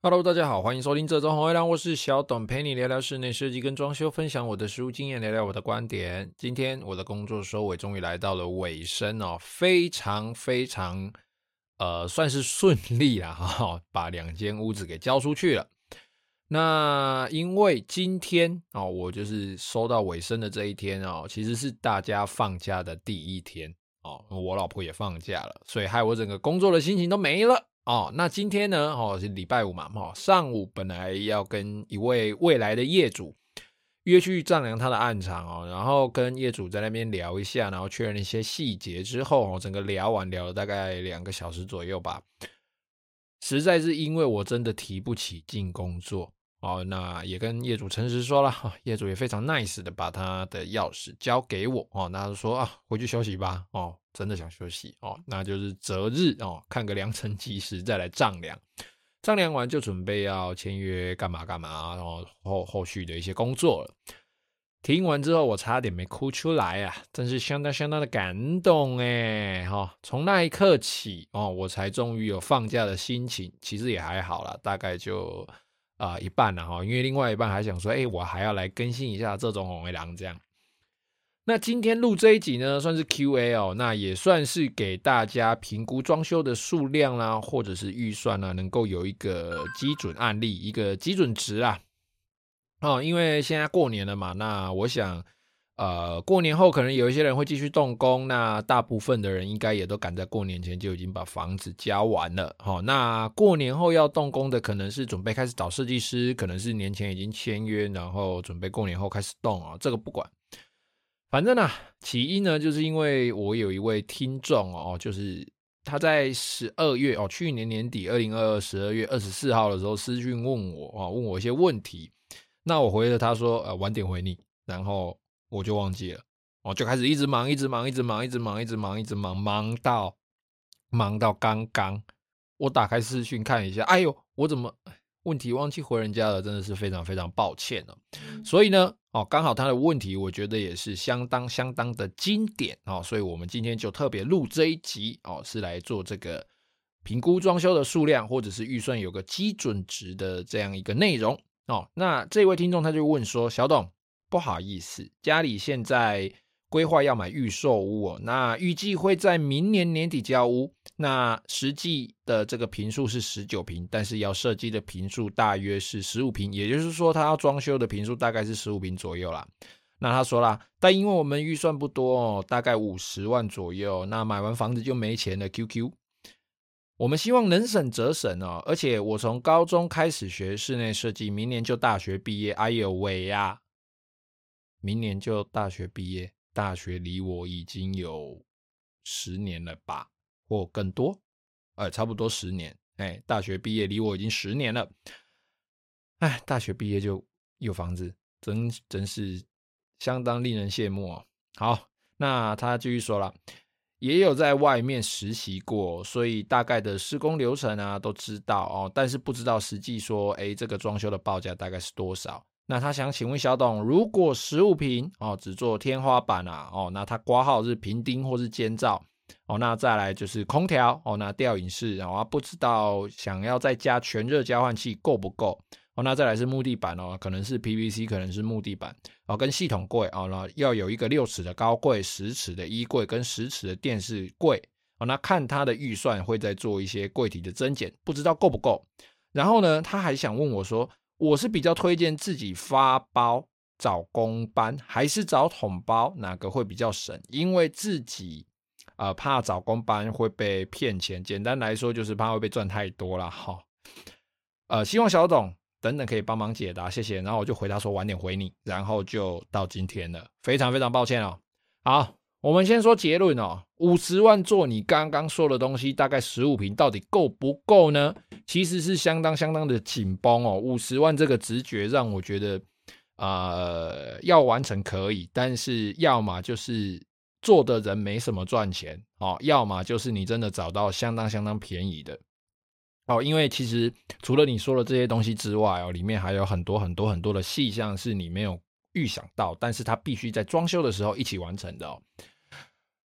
Hello，大家好，欢迎收听这周红月亮，我是小董，陪你聊聊室内设计跟装修，分享我的实务经验，聊聊我的观点。今天我的工作收尾终于来到了尾声哦，非常算是顺利啦把2间屋子给交出去了。那因为今天我就是收到尾声的这一天其实是大家放假的第一天我老婆也放假了，所以害我整个工作的心情都没了。那今天呢是礼拜五嘛上午本来要跟一位未来的业主约去丈量他的案场然后跟业主在那边聊一下，然后确认一些细节之后整个聊了大概2个小时左右吧。实在是因为我真的提不起劲工作那也跟业主诚实说了，业主也非常 nice 的把他的钥匙交给我那他就说回去休息吧真的想休息那就是择日看个良辰吉时再来丈量，丈量完就准备要签约干嘛干嘛，然后后续的一些工作了。听完之后我差点没哭出来啊，真是相当的感动从那一刻起我才终于有放假的心情，其实也还好啦，大概就一半啦因为另外一半还想说我还要来更新一下这种红卫狼这样。那今天录这一集呢算是 QA 那也算是给大家评估装修的数量啦，或者是预算啦，能够有一个基准案例，一个基准值啦因为现在过年了嘛，那我想过年后可能有一些人会继续动工，那大部分的人应该也都赶在过年前就已经把房子交完了那过年后要动工的可能是准备开始找设计师，可能是年前已经签约，然后准备过年后开始动这个不管。反正起因呢就是因为我有一位听众就是他在12月去年年底2022 12月24号的时候私讯问我一些问题，那我回了他说晚点回你，然后我就忘记了就开始一直忙忙到刚刚我打开视讯看一下，哎呦我怎么问题忘记回人家了，真的是非常抱歉所以呢刚好他的问题我觉得也是相当的经典所以我们今天就特别录这一集是来做这个评估装修的数量或者是预算有个基准值的这样一个内容那这位听众他就问说，小董不好意思，家里现在规划要买预售屋那预计会在明年年底交屋，那实际的这个坪数是19坪，但是要设计的坪数大约是15坪，也就是说他要装修的坪数大概是15坪左右啦。那他说啦，但因为我们预算不多大概50万左右，那买完房子就没钱了 QQ。我们希望能省则省而且我从高中开始学室内设计，明年就大学毕业，哎呦喂呀，明年就大学毕业，大学离我已经有10年了吧，或更多差不多10年大学毕业离我已经10年了，大学毕业就有房子，真是相当令人羡慕好，那他继续说了，也有在外面实习过，所以大概的施工流程都知道但是不知道实际说这个装修的报价大概是多少。那他想请问小董，如果15坪只做天花板那他挂号是平钉或是尖造那再来就是空调那吊饮室不知道想要再加全热交换器够不够那再来是木地板可能是 PVC 可能是木地板跟系统柜那要有一个6尺的高柜，10尺的衣柜跟10尺的电视柜那看他的预算会再做一些柜体的增减，不知道够不够。然后呢他还想问我说，我是比较推荐自己发包找工班还是找统包，哪个会比较省？因为自己怕找工班会被骗钱，简单来说就是怕会被赚太多啦希望小董等等可以帮忙解答，谢谢。然后我就回答说晚点回你，然后就到今天了，非常抱歉好，我们先说结论50万做你刚刚说的东西，大概15坪到底够不够呢？其实是相当的紧绷50万这个直觉让我觉得要完成可以，但是要么就是做的人没什么赚钱要么就是你真的找到相当便宜的因为其实除了你说的这些东西之外里面还有很多的细项是你没有预想到，但是它必须在装修的时候一起完成的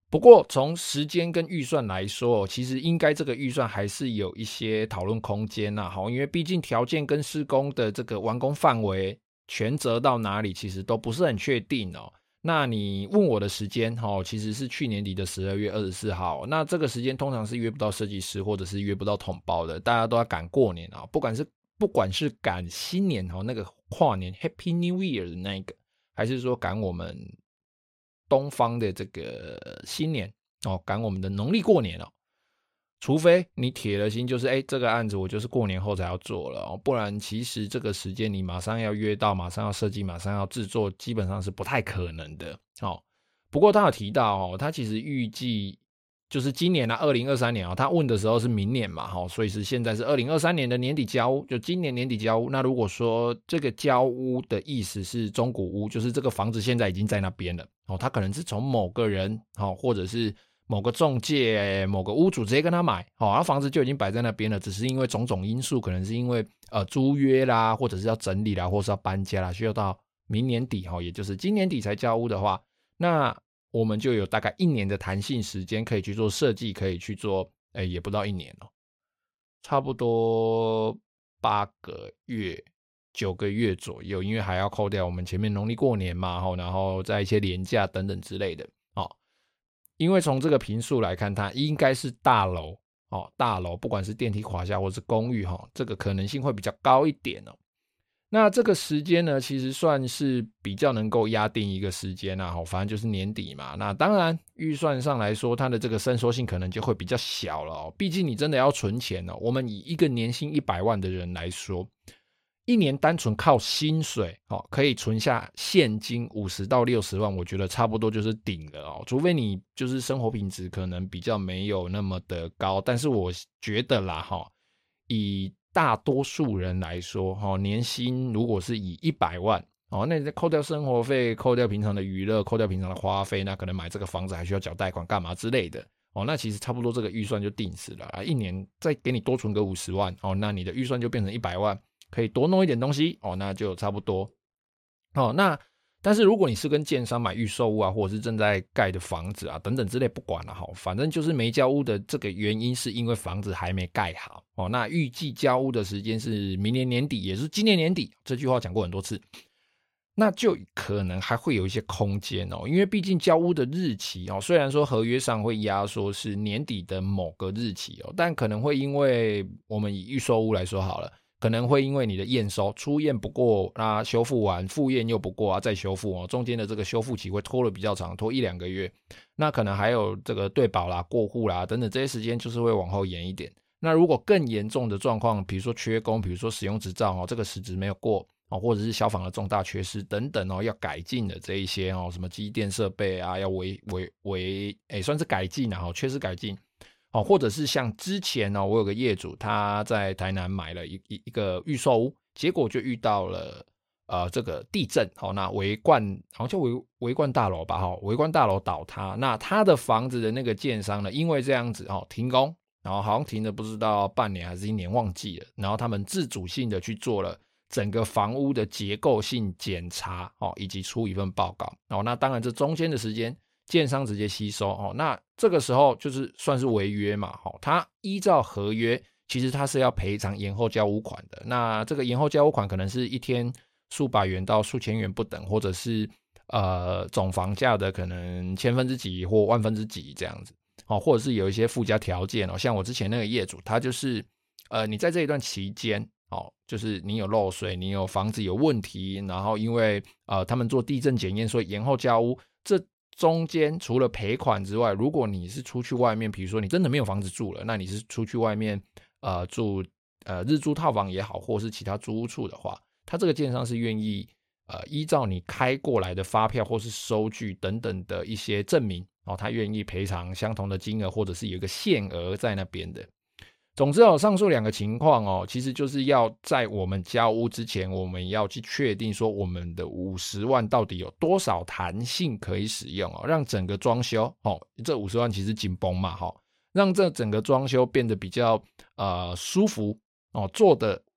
不过从时间跟预算来说，其实应该这个预算还是有一些讨论空间啦，因为毕竟条件跟施工的这个完工范围权责到哪里其实都不是很确定哦。那你问我的时间其实是去年底的12月24号，那这个时间通常是约不到设计师或者是约不到统包的，大家都要赶过年啊，不管是赶新年那个跨年 Happy New Year 的那一个，还是说赶我们东方的这个新年赶我们的农历过年除非你铁了心就是这个案子我就是过年后才要做了不然其实这个时间你马上要约到，马上要设计，马上要制作，基本上是不太可能的不过他有提到他其实预计就是今年2023年他问的时候是明年嘛所以是现在是2023年的年底交屋，就今年年底交屋。那如果说这个交屋的意思是中古屋，就是这个房子现在已经在那边了他可能是从某个人或者是某个仲介某个屋主直接跟他买然后房子就已经摆在那边了，只是因为种种因素，可能是因为租约啦，或者是要整理啦，或是要搬家啦，需要到明年底也就是今年底才交屋的话，那我们就有大概1年的弹性时间可以去做设计，可以去做也不到1年差不多8个月9个月左右，因为还要扣掉我们前面农历过年嘛然后在一些连假等等之类的因为从这个坪数来看，它应该是大楼大楼不管是电梯垮下或是公寓这个可能性会比较高一点那这个时间呢，其实算是比较能够压定一个时间反正就是年底嘛。那当然预算上来说，它的这个伸缩性可能就会比较小了毕竟你真的要存钱我们以一个年薪100万的人来说，1年单纯靠薪水可以存下现金50到60万，我觉得差不多就是顶了除非你就是生活品质可能比较没有那么的高，但是我觉得啦以大多数人来说年薪如果是以100万那你扣掉生活费，扣掉平常的娱乐，扣掉平常的花费，那可能买这个房子还需要缴贷款干嘛之类的那其实差不多这个预算就定死了1年再给你多存个50万那你的预算就变成100万，可以多弄一点东西那就差不多那但是如果你是跟建商买预售屋或者是正在盖的房子等等之类，不管了反正就是没交屋的这个原因是因为房子还没盖好那预计交屋的时间是明年年底，也是今年年底，这句话讲过很多次，那就可能还会有一些空间因为毕竟交屋的日期虽然说合约上会压缩是年底的某个日期但可能会因为我们以预售屋来说好了，可能会因为你的验收初验不过，那修复完复验又不过再修复中间的这个修复期会拖了比较长，拖1-2个月，那可能还有这个对保啦、过户啦等等这些时间就是会往后延一点。那如果更严重的状况，比如说缺工，比如说使用执照这个实质没有过或者是消防的重大缺失等等要改进的这一些什么机电设备要算是改进缺失改进或者是像之前我有个业主他在台南买了一个预售屋，结果就遇到了这个地震那维冠好像叫维冠大楼吧维冠大楼倒塌，那他的房子的那个建商呢，因为这样子停工，然后好像停了不知道半年还是1年忘记了，然后他们自主性的去做了整个房屋的结构性检查以及出一份报告那当然这中间的时间建商直接吸收那这个时候就是算是违约嘛他依照合约其实他是要赔偿延后交屋款的，那这个延后交屋款可能是一天数百元到数千元不等，或者是总房价的可能千分之几或万分之几这样子或者是有一些附加条件像我之前那个业主他就是你在这一段期间就是你有漏水，你有房子有问题，然后因为他们做地震检验所以延后交屋，这中间除了赔款之外，如果你是出去外面，比如说你真的没有房子住了，那你是出去外面住日租套房也好，或是其他租屋处的话，他这个建商是愿意依照你开过来的发票或是收据等等的一些证明他愿意赔偿相同的金额，或者是有一个限额在那边的。总之上述2个情况其实就是要在我们交屋之前，我们要去确定说我们的50万到底有多少弹性可以使用让整个装修这50万其实紧绷嘛让这整个装修变得比较舒服做的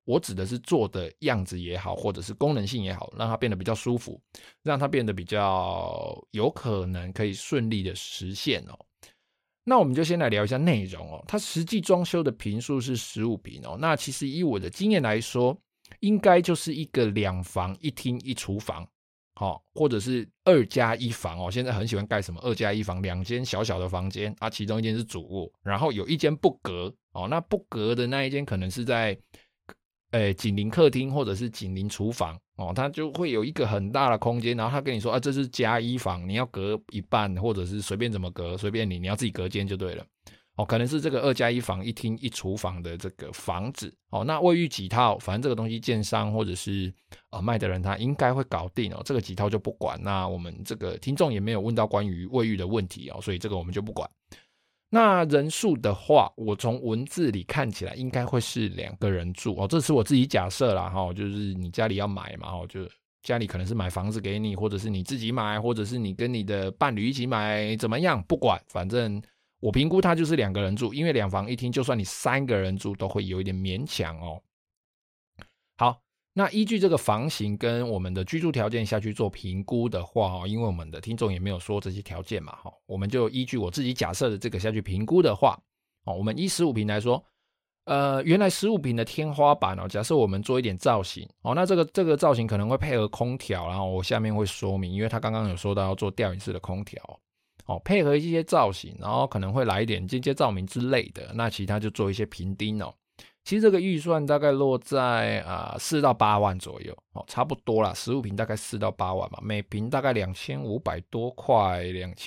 我指的是做的样子也好，或者是功能性也好，让它变得比较舒服，让它变得比较有可能可以顺利的实现哦。那我们就先来聊一下内容哦。它实际装修的坪数是15坪哦。那其实以我的经验来说，应该就是一个2房1厅1厨房，或者是2+1房哦。现在很喜欢盖什么2+1房，2间小小的房间啊，其中一间是主卧，然后有一间不隔哦。那不隔的那一间可能是在紧邻客厅或者是紧邻厨房哦，它就会有一个很大的空间，然后他跟你说啊，这是+1房，你要隔一半，或者是随便怎么隔，随便你要自己隔间就对了。哦，可能是这个2+1房1厅1厨房的这个房子哦。那卫浴几套，反正这个东西建商或者是卖的人他应该会搞定哦，这个几套就不管。那我们这个听众也没有问到关于卫浴的问题哦，所以这个我们就不管。那人数的话，我从文字里看起来应该会是2个人住哦，这是我自己假设啦哈，就是你家里要买嘛，就家里可能是买房子给你，或者是你自己买，或者是你跟你的伴侣一起买，怎么样？不管，反正我评估它就是2个人住，因为2房1厅，就算你3个人住都会有一点勉强哦。好。那依据这个房型跟我们的居住条件下去做评估的话，因为我们的听众也没有说这些条件嘛，我们就依据我自己假设的这个下去评估的话，我们以15坪来说，原来15坪的天花板假设我们做一点造型那这个造型可能会配合空调，然后我下面会说明，因为他刚刚有说到要做吊顶式的空调配合一些造型，然后可能会来一点间接照明之类的，那其他就做一些平钉其实这个预算大概落在4到8万左右差不多啦，15坪大概4到8万嘛，每坪大概2500多块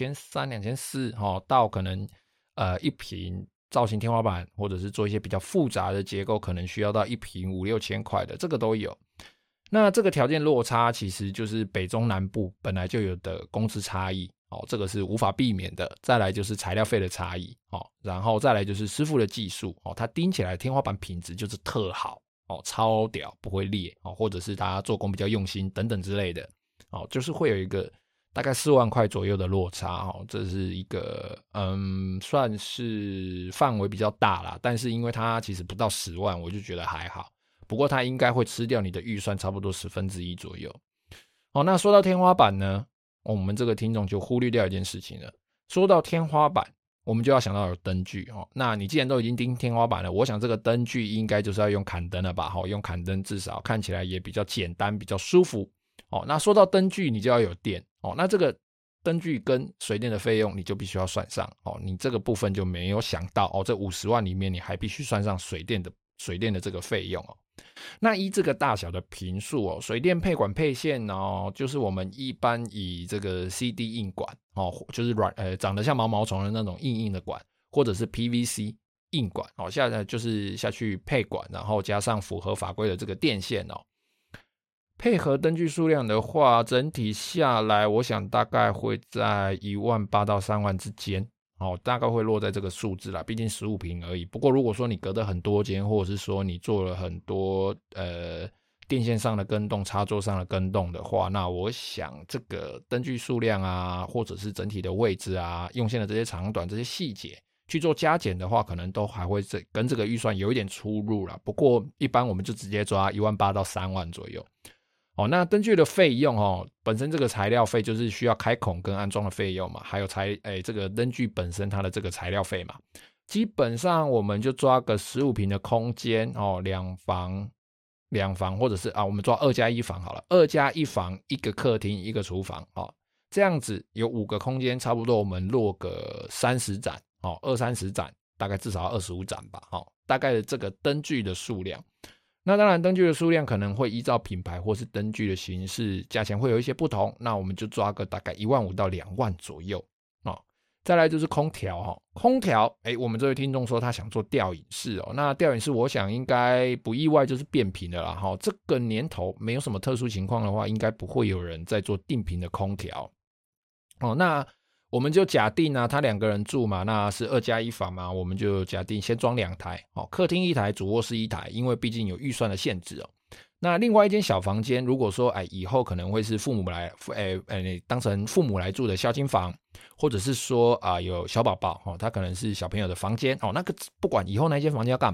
，2300、2400到可能一坪造型天花板或者是做一些比较复杂的结构，可能需要到一坪5、6千块的，这个都有。那这个条件落差其实就是北中南部本来就有的工资差异这个是无法避免的。再来就是材料费的差异然后再来就是师傅的技术它钉起来天花板品质就是特好超屌，不会裂或者是大家做工比较用心等等之类的就是会有一个大概4万块左右的落差这是一个算是范围比较大啦，但是因为它其实不到10万，我就觉得还好。不过它应该会吃掉你的预算差不多1/10左右那说到天花板呢我们这个听众就忽略掉一件事情了。说到天花板，我们就要想到有灯具那你既然都已经钉天花板了，我想这个灯具应该就是要用砍灯了吧用砍灯至少看起来也比较简单，比较舒服那说到灯具，你就要有电那这个灯具跟水电的费用你就必须要算上你这个部分就没有想到这50万里面你还必须算上水电的这个费用那依这个大小的坪数水电配管配线就是我们一般以这个 CD 硬管就是长得像毛毛虫的那种硬的管，或者是 PVC 硬管现在就是下去配管，然后加上符合法规的这个电线配合灯具数量的话，整体下来我想大概会在18000到3万之间大概会落在这个数字啦，毕竟15坪而已。不过如果说你隔得很多间，或者是说你做了很多电线上的更动、插座上的更动的话，那我想这个灯具数量或者是整体的位置用线的这些长短、这些细节去做加减的话，可能都还会跟这个预算有一点出入啦。不过一般我们就直接抓18000到3万左右。那灯具的费用本身这个材料费就是需要开孔跟安装的费用嘛，还有这个灯具本身它的这个材料费嘛，基本上我们就抓个15坪的空间2房或者是我们抓2+1房好了，2+1房一个客厅一个厨房这样子有5个空间，差不多我们落个30盏20-30盏，大概至少要25盏吧大概的这个灯具的数量。那当然灯具的数量可能会依照品牌或是灯具的形式价钱会有一些不同，那我们就抓个大概15000到2万左右再来就是空调空调我们这位听众说他想做吊顶式那吊顶式我想应该不意外就是变频的啦这个年头没有什么特殊情况的话，应该不会有人在做定频的空调那我们就假定他2个人住嘛，那是2+1房嘛，我们就假定先装2台客厅1台，主卧室1台，因为毕竟有预算的限制那另外一间小房间，如果说以后可能会是父母来当成父母来住的孝亲房，或者是说有小宝宝他可能是小朋友的房间那个不管以后那间房间要干嘛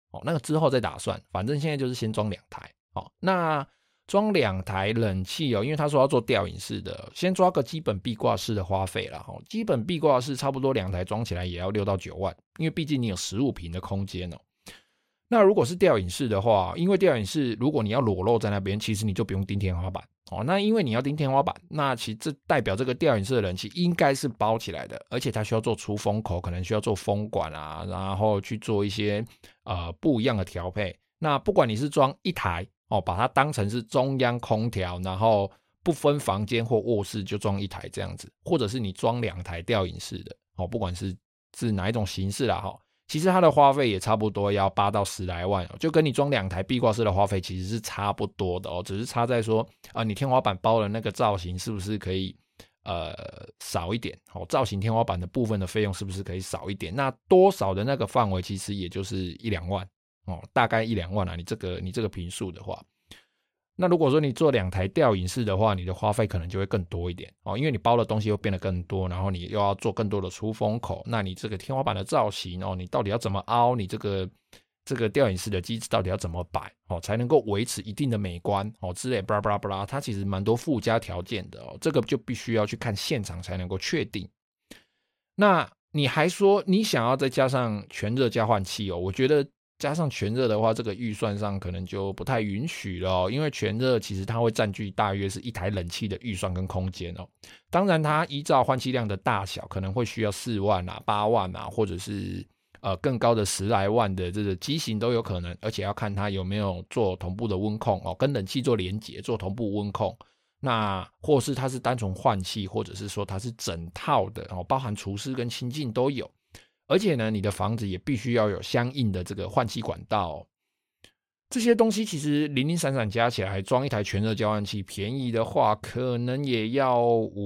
那个之后再打算，反正现在就是先装2台。那装2台冷气因为他说要做吊饮式的，先抓个基本壁挂式的花费啦。基本壁挂式差不多2台装起来也要6到9万，因为毕竟你有15坪的空间那如果是吊饮式的话，因为吊饮式如果你要裸露在那边，其实你就不用钉天花板那因为你要钉天花板，那其实这代表这个吊饮式的冷气应该是包起来的，而且它需要做出风口，可能需要做风管啊，然后去做一些不一样的调配。那不管你是装1台把它当成是中央空调，然后不分房间或卧室就装1台这样子，或者是你装2台吊饮式的不管是哪一种形式啦其实它的花费也差不多要8到10来万就跟你装2台壁挂式的花费其实是差不多的只是差在说你天花板包的那个造型是不是可以少一点造型天花板的部分的费用是不是可以少一点，那多少的那个范围其实也就是1-2万大概1-2万你这个坪数的话，那如果说你做2台吊饮式的话，你的花费可能就会更多一点因为你包的东西又变得更多，然后你又要做更多的出风口，那你这个天花板的造型你到底要怎么凹，你这个吊饮式的机子到底要怎么摆才能够维持一定的美观之类巴拉巴拉巴拉，它其实蛮多附加条件的这个就必须要去看现场才能够确定。那你还说你想要再加上全热交换器我觉得加上全热的话，这个预算上可能就不太允许了因为全热其实它会占据大约是1台冷气的预算跟空间当然它依照换气量的大小可能会需要4万8万或者是更高的10来万的这个机型都有可能，而且要看它有没有做同步的温控跟冷气做连结做同步温控，那或是它是单纯换气，或者是说它是整套的包含除湿跟清净都有，而且呢你的房子也必须要有相应的这个换气管道这些东西其实零零散散加起来装1台全热交换器，便宜的话可能也要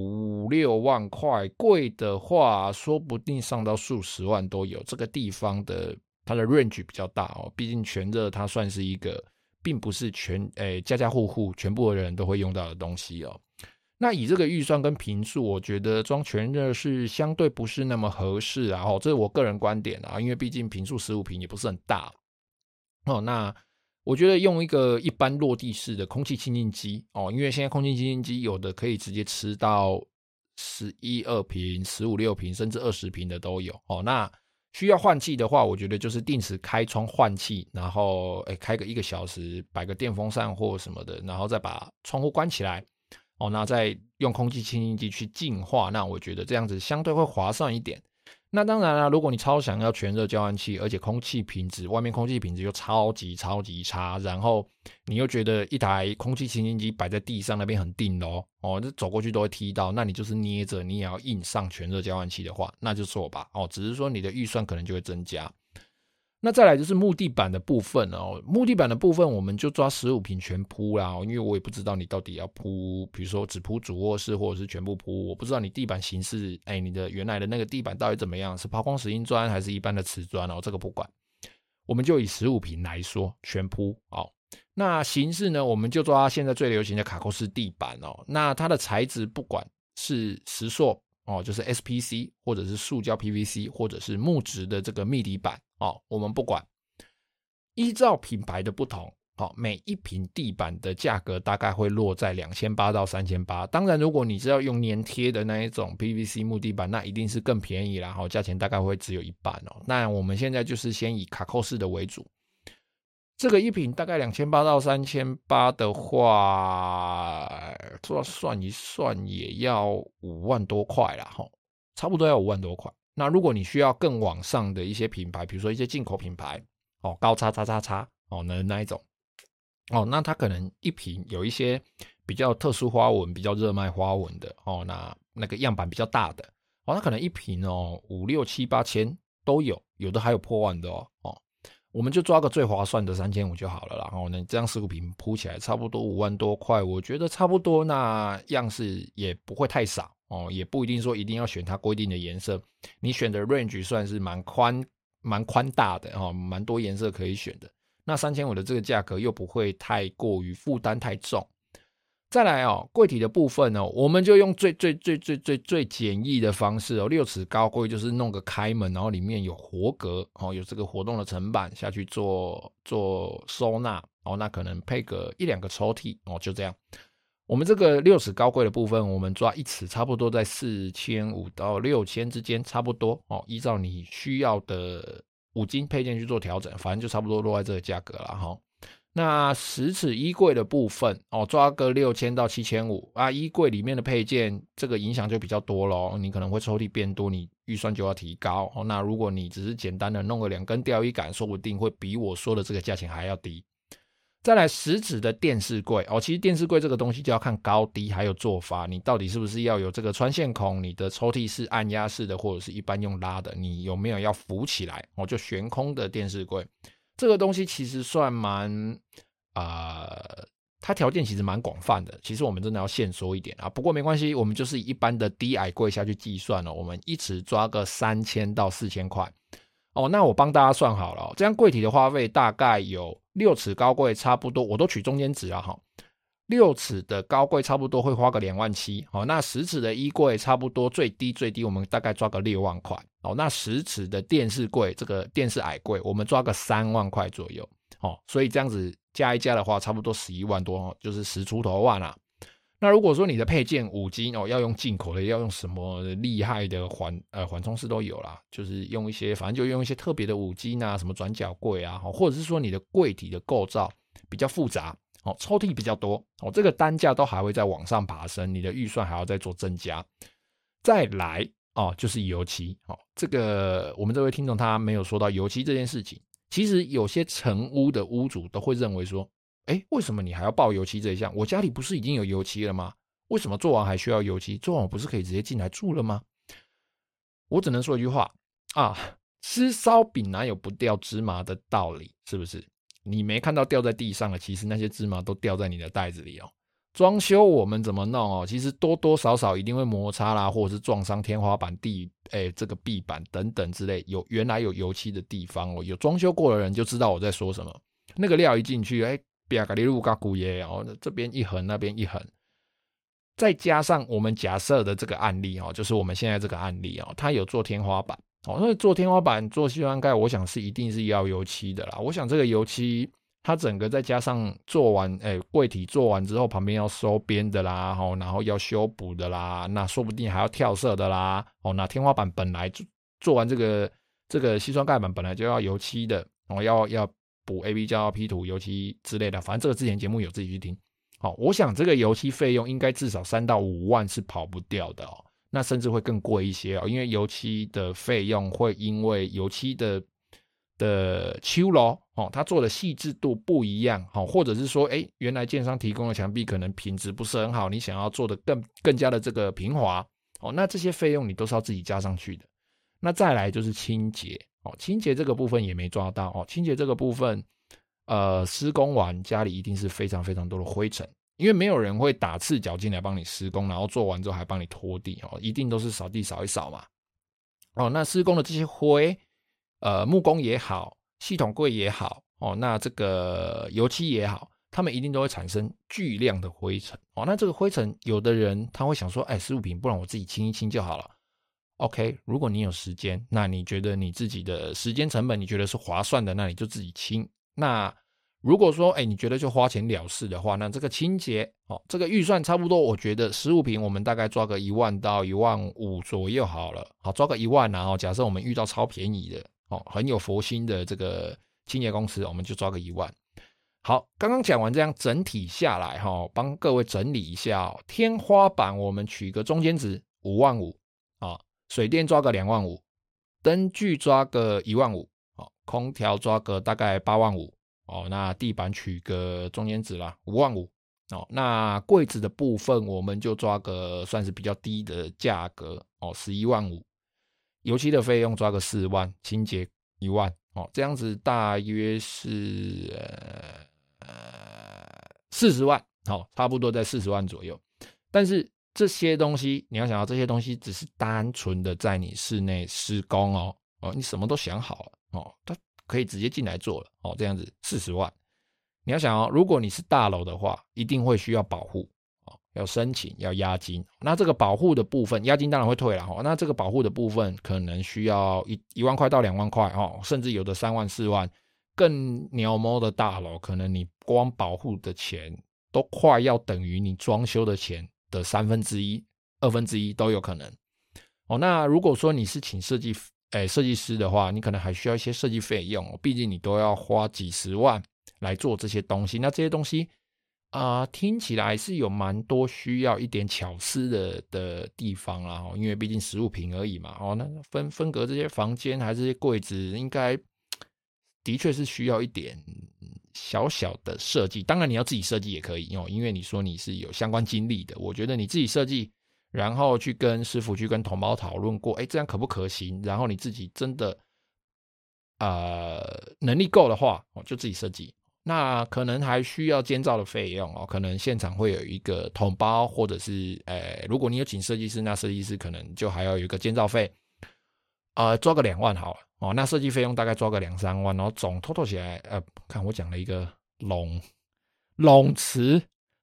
5-6万块，贵的话说不定上到数十万都有，这个地方的它的 range 比较大毕竟全热它算是一个并不是家家户户全部的人都会用到的东西那以这个预算跟坪数，我觉得装全热是相对不是那么合适这是我个人观点因为毕竟坪数15坪也不是很大那我觉得用一个一般落地式的空气清净机因为现在空气清净机有的可以直接吃到11-12坪、15-16坪甚至20坪的都有那需要换气的话，我觉得就是定时开窗换气，然后开个1个小时，摆个电风扇或什么的，然后再把窗户关起来那再用空气清净机去净化，那我觉得这样子相对会划算一点。那当然啦，如果你超想要全热交换器，而且空气品质外面空气品质又超级超级差，然后你又觉得一台空气清净机摆在地上那边很定这走过去都会踢到，那你就是捏着你也要硬上全热交换器的话，那就做吧只是说你的预算可能就会增加。那再来就是木地板的部分木地板的部分我们就抓15坪全铺啦因为我也不知道你到底要铺，比如说只铺主卧室或者是全部铺，我不知道你地板形式你的原来的那个地板到底怎么样，是抛光石英砖还是一般的瓷砖这个不管，我们就以15坪来说全铺那形式呢，我们就抓现在最流行的卡扣式地板那它的材质不管是石塑就是 SPC 或者是塑胶 PVC 或者是木质的这个密底板我们不管，依照品牌的不同每一坪地板的价格大概会落在2800到3800，当然如果你是要用粘贴的那一种 PVC 木地板，那一定是更便宜啦价钱大概会只有一半那我们现在就是先以卡扣式的为主，这个一坪大概2800到3800的话，算一算也要5万多块啦差不多要5万多块。那如果你需要更往上的一些品牌，比如说一些进口品牌高叉叉叉叉那一种那它可能一坪有一些比较特殊花纹、比较热卖花纹的那个样板比较大的它可能一坪5、6、7、8千都有，有的还有破万的我们就抓个最划算的3500就好了啦那这样15坪铺起来差不多5万多块，我觉得差不多，那样式也不会太少也不一定说一定要选它规定的颜色，你选的 range 算是蛮宽大的蛮多颜色可以选的，那3500的这个价格又不会太过于负担太重。 再来柜体的部分我们就用最简易的方式6尺高柜就是弄个开门，然后里面有活格有这个活动的层板下去做收纳那可能配个1-2个抽屉就这样。我们这个6尺高柜的部分，我们抓1尺差不多在4500到6000之间，差不多依照你需要的五金配件去做调整，反正就差不多落在这个价格啦那10尺衣柜的部分抓个6000到7500啊，衣柜里面的配件这个影响就比较多咯，你可能会抽屉变多，你预算就要提高那如果你只是简单的弄个2根吊衣杆，说不定会比我说的这个价钱还要低。再来10尺的电视柜其实电视柜这个东西就要看高低还有做法，你到底是不是要有这个穿线孔，你的抽屉是按压式的或者是一般用拉的，你有没有要浮起来就悬空的电视柜，这个东西其实算蛮它条件其实蛮广泛的，其实我们真的要限缩一点不过没关系，我们就是以一般的低矮柜下去计算我们1尺抓个3000到4000块那我帮大家算好了这样柜体的花费大概有6尺高柜差不多，我都取中间值6尺的高柜差不多会花个27000那10尺的衣柜差不多最低我们大概抓个6万块那10尺的电视柜，这个电视矮柜我们抓个3万块左右所以这样子加一加的话差不多11万多就是10出头万啦。那如果说你的配件五金要用进口的，要用什么厉害的缓冲式都有啦，就是用一些反正就用一些特别的五金啊，什么转角柜啊或者是说你的柜体的构造比较复杂抽屉比较多这个单价都还会再往上爬升，你的预算还要再做增加。再来就是油漆这个我们这位听众他没有说到油漆这件事情，其实有些成屋的屋主都会认为说为什么你还要报油漆这一项？我家里不是已经有油漆了吗？为什么做完还需要油漆？做完我不是可以直接进来住了吗？我只能说一句话吃烧饼哪有不掉芝麻的道理，是不是？你没看到掉在地上了，其实那些芝麻都掉在你的袋子里装修我们怎么弄其实多多少少一定会摩擦啦，或者是撞伤天花板这个壁板等等之类，原来有油漆的地方有装修过的人就知道我在说什么。那个料一进去这边一横那边一横，再加上我们假设的这个案例就是我们现在这个案例它有做天花板所以做天花板做矽酸钙我想是一定是要油漆的啦。我想这个油漆它整个再加上做完柜体做完之后旁边要收边的啦然后要修补的啦，那说不定还要跳色的啦那天花板本来做完这个矽酸钙板本来就要油漆的要补 AB 胶 P 图油漆之类的，反正这个之前节目有自己去听我想这个油漆费用应该至少3到5万是跑不掉的那甚至会更贵一些因为油漆的费用会因为油漆的修楼它做的细致度不一样或者是说原来建商提供的墙壁可能品质不是很好，你想要做的更加的这个平滑那这些费用你都是要自己加上去的。那再来就是清洁清洁这个部分也没抓到清洁这个部分施工完家里一定是非常非常多的灰尘，因为没有人会打赤脚进来帮你施工，然后做完之后还帮你拖地一定都是扫地扫一扫嘛那施工的这些灰木工也好，系统柜也好那这个油漆也好，他们一定都会产生巨量的灰尘那这个灰尘有的人他会想说15坪不然我自己清一清就好了。OK， 如果你有时间，那你觉得你自己的时间成本你觉得是划算的，那你就自己清。那如果说你觉得就花钱了事的话，那这个清洁这个预算差不多，我觉得15坪我们大概抓个1万到1万5左右好了。抓个1万假设我们遇到超便宜的很有佛心的这个清洁公司，我们就抓个1万。好，刚刚讲完这样整体下来帮各位整理一下天花板我们取个中间值5万5水电抓个2万5，灯具抓个1万5，空调抓个大概8万5，那地板取个中间值啦5万5，那柜子的部分我们就抓个算是比较低的价格11万5，油漆的费用抓个4万，清洁1万这样子大约是40万差不多在40万左右。但是这些东西你要想到，这些东西只是单纯的在你室内施工你什么都想好了它可以直接进来做了这样子40万。你要想如果你是大楼的话，一定会需要保护要申请，要押金。那这个保护的部分，押金当然会退啦，那这个保护的部分可能需要1万块到2万块，甚至有的3万4万。更鸟猫的大楼，可能你光保护的钱都快要等于你装修的钱的1/3、1/2都有可能。那如果说你是请设计师的话，你可能还需要一些设计费用，毕竟你都要花几十万来做这些东西。那这些东西听起来是有蛮多需要一点巧思的地方啦，因为毕竟15坪而已嘛。那分隔这些房间还是这些柜子，应该的确是需要一点小小的设计。当然你要自己设计也可以，因为你说你是有相关经历的，我觉得你自己设计，然后去跟师傅去跟同胞讨论过，这样可不可行，然后你自己真的能力够的话，就自己设计。那可能还需要监造的费用，可能现场会有一个统包，或者是如果你有请设计师，那设计师可能就还要有一个监造费，抓个2万好了。那设计费用大概抓个2、3万，然后总 total 起来，看我讲了一个拢词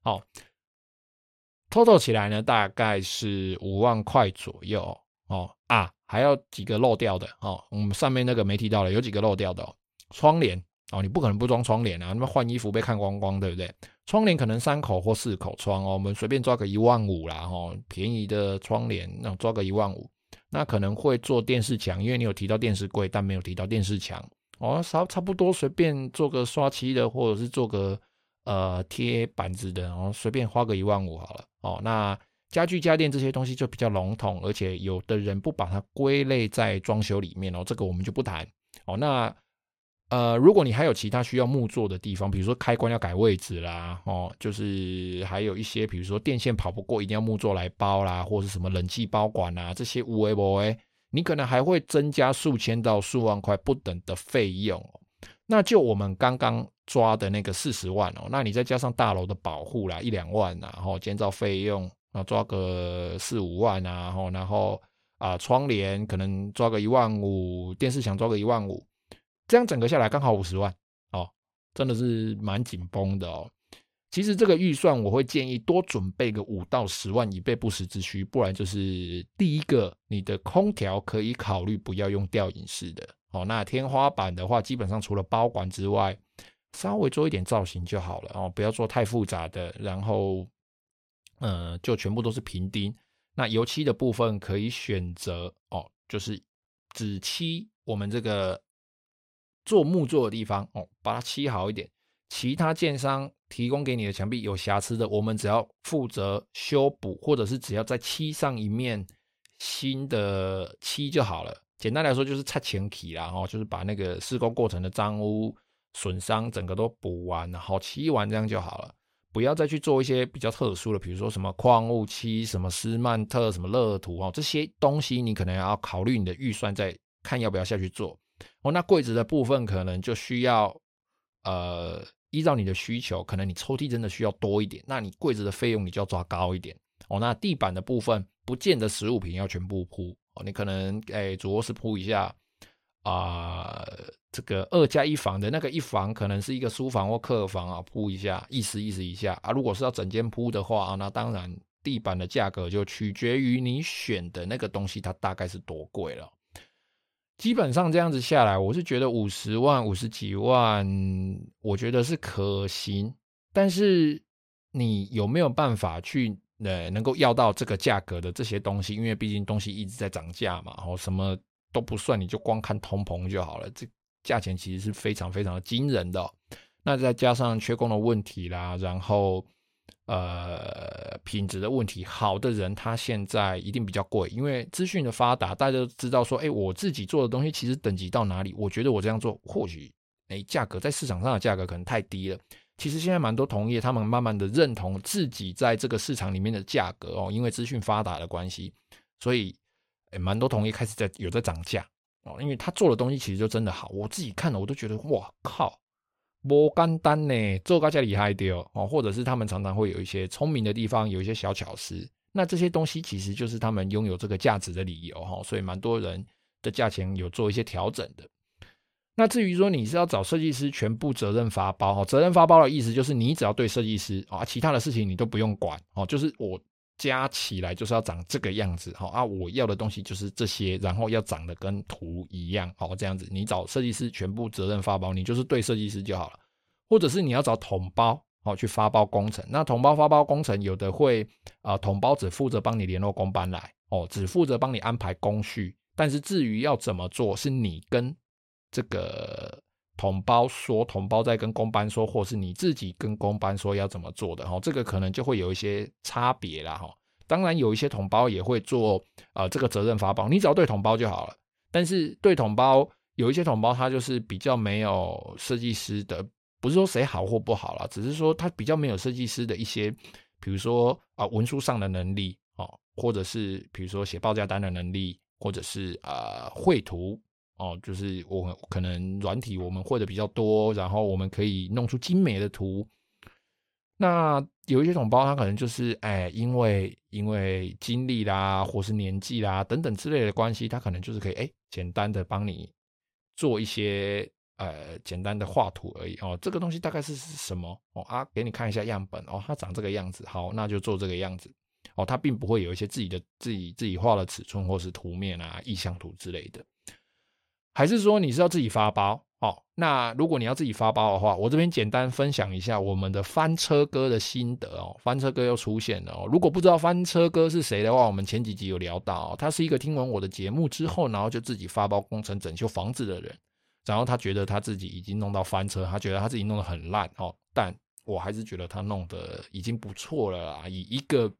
，total 起来呢大概是5万块左右还要几个漏掉的我们上面那个没提到了，有几个漏掉的窗帘你不可能不装窗帘啊，那么换衣服被看光光，对不对？窗帘可能3口或4口窗我们随便抓个1万5啦便宜的窗帘那抓个1万5。那可能会做电视墙，因为你有提到电视柜，但没有提到电视墙差不多随便做个刷漆的，或者是做个贴板子的随便花个1万5好了那家具家电这些东西就比较笼统，而且有的人不把它归类在装修里面这个我们就不谈那如果你还有其他需要木做的地方，比如说开关要改位置啦就是还有一些比如说电线跑不过一定要木做来包啦，或是什么冷气包管啦，这些有的没的你可能还会增加数千到数万块不等的费用那就我们刚刚抓的那个40万那你再加上大楼的保护啦1-2万建造费用抓个4、5万然后窗帘可能抓个1万5，电视墙抓个1万5，这样整个下来刚好50万真的是蛮紧绷的其实这个预算我会建议多准备个5到10万以备不时之需，不然就是第一个你的空调可以考虑不要用吊顶式的那天花板的话基本上除了包管之外稍微做一点造型就好了不要做太复杂的，然后就全部都是平钉。那油漆的部分可以选择就是只漆我们这个做木做的地方把它漆好一点，其他建商提供给你的墙壁有瑕疵的，我们只要负责修补，或者是只要再漆上一面新的漆就好了。简单来说就是擦前漆啦就是把那个施工过程的脏污损伤整个都补完，然后漆完这样就好了。不要再去做一些比较特殊的，比如说什么矿物漆、什么斯曼特、什么乐土这些东西你可能要考虑你的预算再看要不要下去做那柜子的部分可能就需要依照你的需求，可能你抽屉真的需要多一点，那你柜子的费用你就要抓高一点那地板的部分不见得15坪要全部铺你可能主卧室铺一下这个2+1房的那个一房可能是一个书房或客房铺一下，意思一下如果是要整间铺的话那当然地板的价格就取决于你选的那个东西它大概是多贵了。基本上这样子下来我是觉得50万50几万我觉得是可行，但是你有没有办法去能够要到这个价格的这些东西，因为毕竟东西一直在涨价嘛什么都不算，你就光看通膨就好了，这价钱其实是非常非常的惊人的那再加上缺工的问题啦，然后品质的问题，好的人他现在一定比较贵，因为资讯的发达，大家都知道说我自己做的东西其实等级到哪里，我觉得我这样做或许价格在市场上的价格可能太低了。其实现在蛮多同业他们慢慢的认同自己在这个市场里面的价格因为资讯发达的关系，所以蛮多同业开始有在涨价因为他做的东西其实就真的好，我自己看了我都觉得哇靠不简单呢，做到这么厉害的或者是他们常常会有一些聪明的地方，有一些小巧思，那这些东西其实就是他们拥有这个价值的理由所以蛮多人的价钱有做一些调整的。 那至于说你是要找设计师全部责任发包，责任发包的意思就是你只要对设计师其他的事情你都不用管，就是我加起来就是要长这个样子，我要的东西就是这些，然后要长得跟图一样，这样子你找设计师全部责任发包，你就是对设计师就好了。或者是你要找统包去发包工程，那统包发包工程有的会统包只负责帮你联络工班来，只负责帮你安排工序，但是至于要怎么做是你跟这个统包说，统包再跟工班说，或是你自己跟工班说要怎么做的，这个可能就会有一些差别啦。当然有一些统包也会做这个责任发包，你只要对统包就好了。但是对统包有一些统包它就是比较没有设计师的，不是说谁好或不好啦，只是说它比较没有设计师的一些比如说文书上的能力或者是比如说写报价单的能力，或者是绘图就是我们可能软体我们会的比较多，然后我们可以弄出精美的图。那有一些统包他可能就是因为经历啦或是年纪啦等等之类的关系，他可能就是可以简单的帮你做一些简单的画图而已这个东西大概是什么给你看一下样本它长这个样子，好，那就做这个样子它并不会有一些自己画的尺寸或是图面意向图之类的。还是说你是要自己发包那如果你要自己发包的话，我这边简单分享一下我们的翻车哥的心得翻车哥又出现了如果不知道翻车哥是谁的话，我们前几集有聊到他是一个听完我的节目之后，然后就自己发包工程整修房子的人，然後他觉得他自己已经弄到翻车，他觉得他自己弄得很烂但我还是觉得他弄得已经不错了啦。以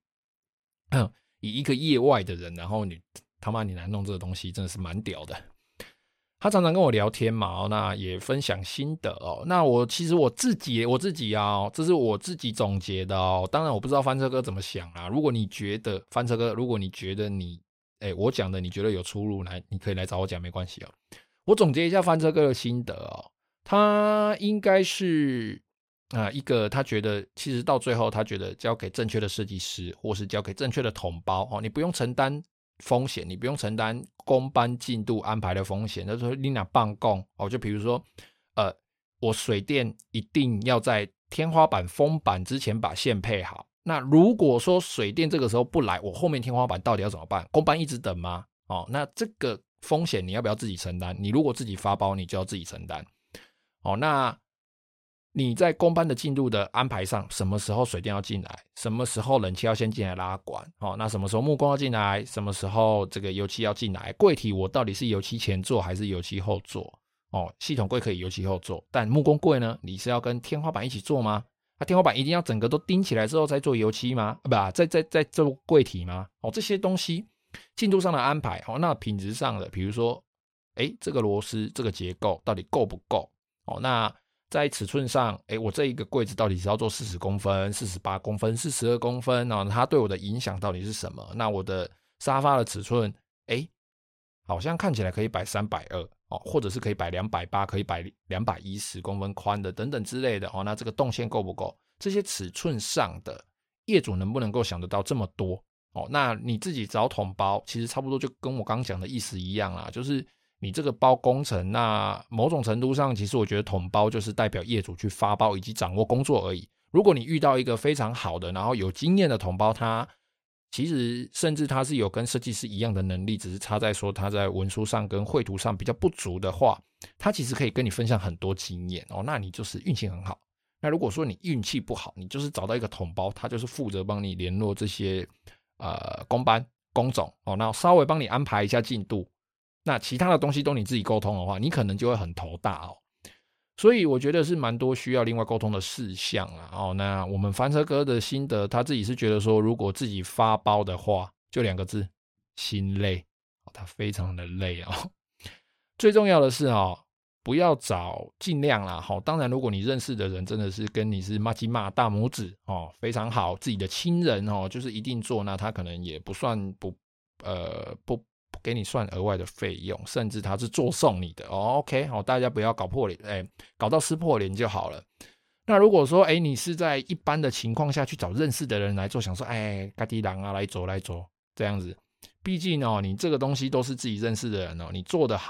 一个业外的人，然后你来弄这个东西真的是蛮屌的。他常常跟我聊天嘛那也分享心得那其实我自己这是我自己总结的当然我不知道翻车哥怎么想啊。如果你觉得翻车哥，如果你觉得我讲的你觉得有出入，你可以来找我讲没关系我总结一下翻车哥的心得他应该是一个他觉得其实到最后他觉得交给正确的设计师或是交给正确的统包你不用承担风险，你不用承担工班进度安排的风险，就是说你哪办工就比如说我水电一定要在天花板封板之前把线配好，那如果说水电这个时候不来，我后面天花板到底要怎么办？工班一直等吗那这个风险你要不要自己承担？你如果自己发包，你就要自己承担那你在工班的进度的安排上，什么时候水电要进来，什么时候冷气要先进来拉管那什么时候木工要进来，什么时候这个油漆要进来，柜体我到底是油漆前做还是油漆后做系统柜可以油漆后做，但木工柜呢，你是要跟天花板一起做吗？天花板一定要整个都钉起来之后再做油漆吗？再做柜体吗这些东西进度上的安排那品质上的比如说这个螺丝这个结构到底够不够那在尺寸上我这一个柜子到底是要做40公分48公分42公分它对我的影响到底是什么？那我的沙发的尺寸好像看起来可以摆320或者是可以摆280，可以摆210公分宽的等等之类的那这个动线够不够？这些尺寸上的业主能不能够想得到这么多那你自己找统包其实差不多就跟我刚刚讲的意思一样啦，就是你这个包工程，那某种程度上其实我觉得统包就是代表业主去发包以及掌握工作而已。如果你遇到一个非常好的然后有经验的统包，他其实甚至他是有跟设计师一样的能力，只是差在说他在文书上跟绘图上比较不足的话，他其实可以跟你分享很多经验那你就是运气很好。那如果说你运气不好，你就是找到一个统包，他就是负责帮你联络这些工班工种那稍微帮你安排一下进度，那其他的东西都你自己沟通的话，你可能就会很头大所以我觉得是蛮多需要另外沟通的事项啦那我们翻车哥的心得，他自己是觉得说如果自己发包的话，就2个字，心累他非常的累最重要的是不要找，尽量啦当然如果你认识的人真的是跟你是麻吉麻大拇指非常好，自己的亲人就是一定做，那他可能也不算不给你算额外的费用，甚至他是做送你的OK 大家不要搞破脸搞到撕破脸就好了。那如果说你是在一般的情况下去找认识的人来做，想说嘎滴狼来走这样子，毕竟你这个东西都是自己认识的人你做得好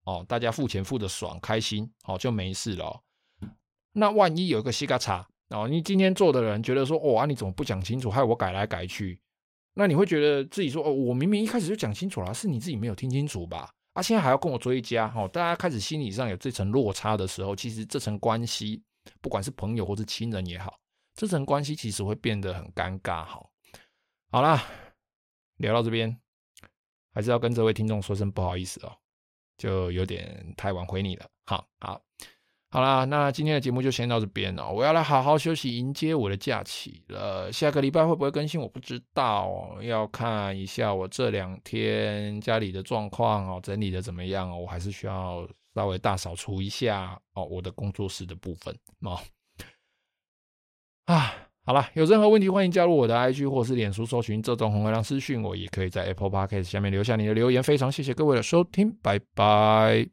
大家付钱付的爽开心就没事了那万一有一个西嘎查你今天做的人觉得说你怎么不讲清楚，害我改来改去，那你会觉得自己说我明明一开始就讲清楚了，是你自己没有听清楚吧？现在还要跟我追加大家开始心理上有这层落差的时候，其实这层关系不管是朋友或是亲人也好，这层关系其实会变得很尴尬好啦，聊到这边还是要跟这位听众说声不好意思就有点太晚回你了好啦，那今天的节目就先到这边我要来好好休息迎接我的假期了。下个礼拜会不会更新我不知道要看一下我这2天家里的状况整理的怎么样我还是需要稍微大扫除一下我的工作室的部分好啦，有任何问题欢迎加入我的 IG 或是脸书搜寻这种红月亮私讯我，也可以在 Apple Podcast 下面留下你的留言。非常谢谢各位的收听，拜拜。